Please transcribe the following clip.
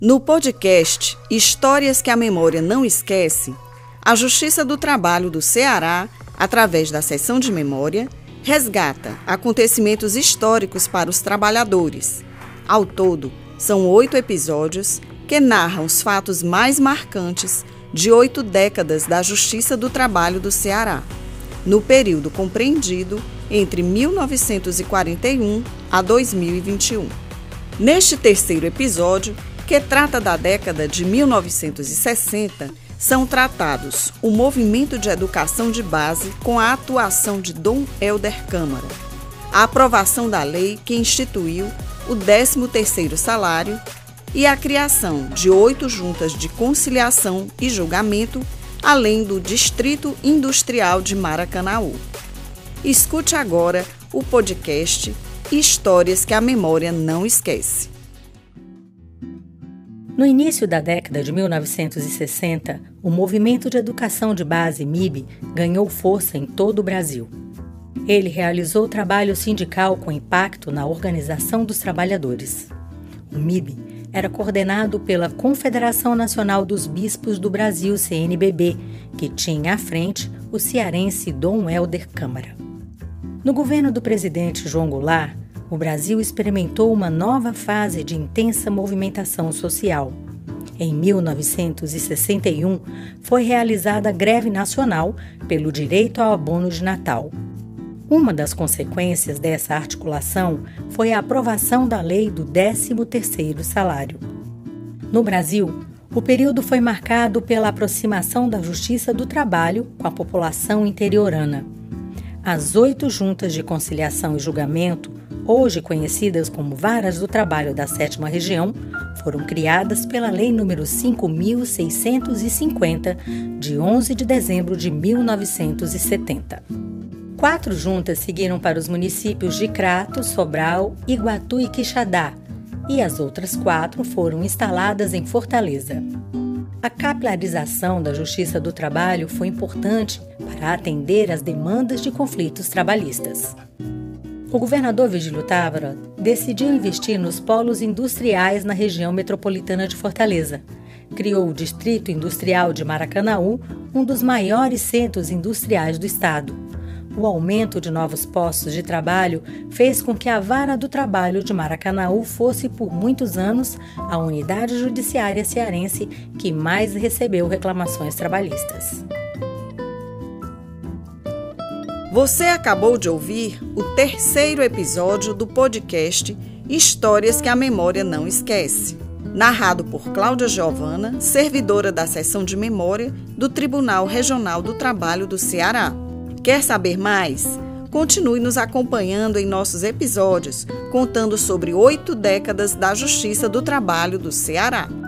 No podcast Histórias que a Memória Não Esquece, a Justiça do Trabalho do Ceará, através da Seção de Memória, resgata acontecimentos históricos para os trabalhadores. Ao todo, são 8 episódios que narram os fatos mais marcantes de 8 décadas da Justiça do Trabalho do Ceará, no período compreendido entre 1941 a 2021. Neste terceiro episódio, que trata da década de 1960, são tratados o movimento de educação de base com a atuação de Dom Helder Câmara, a aprovação da lei que instituiu o 13º salário e a criação de 8 juntas de conciliação e julgamento, além do Distrito Industrial de Maracanaú. Escute agora o podcast Histórias que a Memória Não Esquece. No início da década de 1960, o Movimento de Educação de Base, MIB, ganhou força em todo o Brasil. Ele realizou trabalho sindical com impacto na organização dos trabalhadores. O MIB era coordenado pela Confederação Nacional dos Bispos do Brasil, CNBB, que tinha à frente o cearense Dom Helder Câmara. No governo do presidente João Goulart, o Brasil experimentou uma nova fase de intensa movimentação social. Em 1961, foi realizada a greve nacional pelo direito ao abono de Natal. Uma das consequências dessa articulação foi a aprovação da lei do 13º salário. No Brasil, o período foi marcado pela aproximação da Justiça do Trabalho com a população interiorana. As 8 juntas de conciliação e julgamento, hoje conhecidas como Varas do Trabalho da 7ª Região, foram criadas pela Lei nº 5.650, de 11 de dezembro de 1970. 4 juntas seguiram para os municípios de Crato, Sobral, Iguatu e Quixadá, e as outras 4 foram instaladas em Fortaleza. A capilarização da Justiça do Trabalho foi importante para atender às demandas de conflitos trabalhistas. O governador Virgílio Távora decidiu investir nos polos industriais na região metropolitana de Fortaleza. Criou o Distrito Industrial de Maracanaú, um dos maiores centros industriais do estado. O aumento de novos postos de trabalho fez com que a Vara do Trabalho de Maracanaú fosse, por muitos anos, a unidade judiciária cearense que mais recebeu reclamações trabalhistas. Você acabou de ouvir o terceiro episódio do podcast Histórias que a Memória Não Esquece, narrado por Cláudia Giovana, servidora da Seção de Memória do Tribunal Regional do Trabalho do Ceará. Quer saber mais? Continue nos acompanhando em nossos episódios, contando sobre 8 décadas da Justiça do Trabalho do Ceará.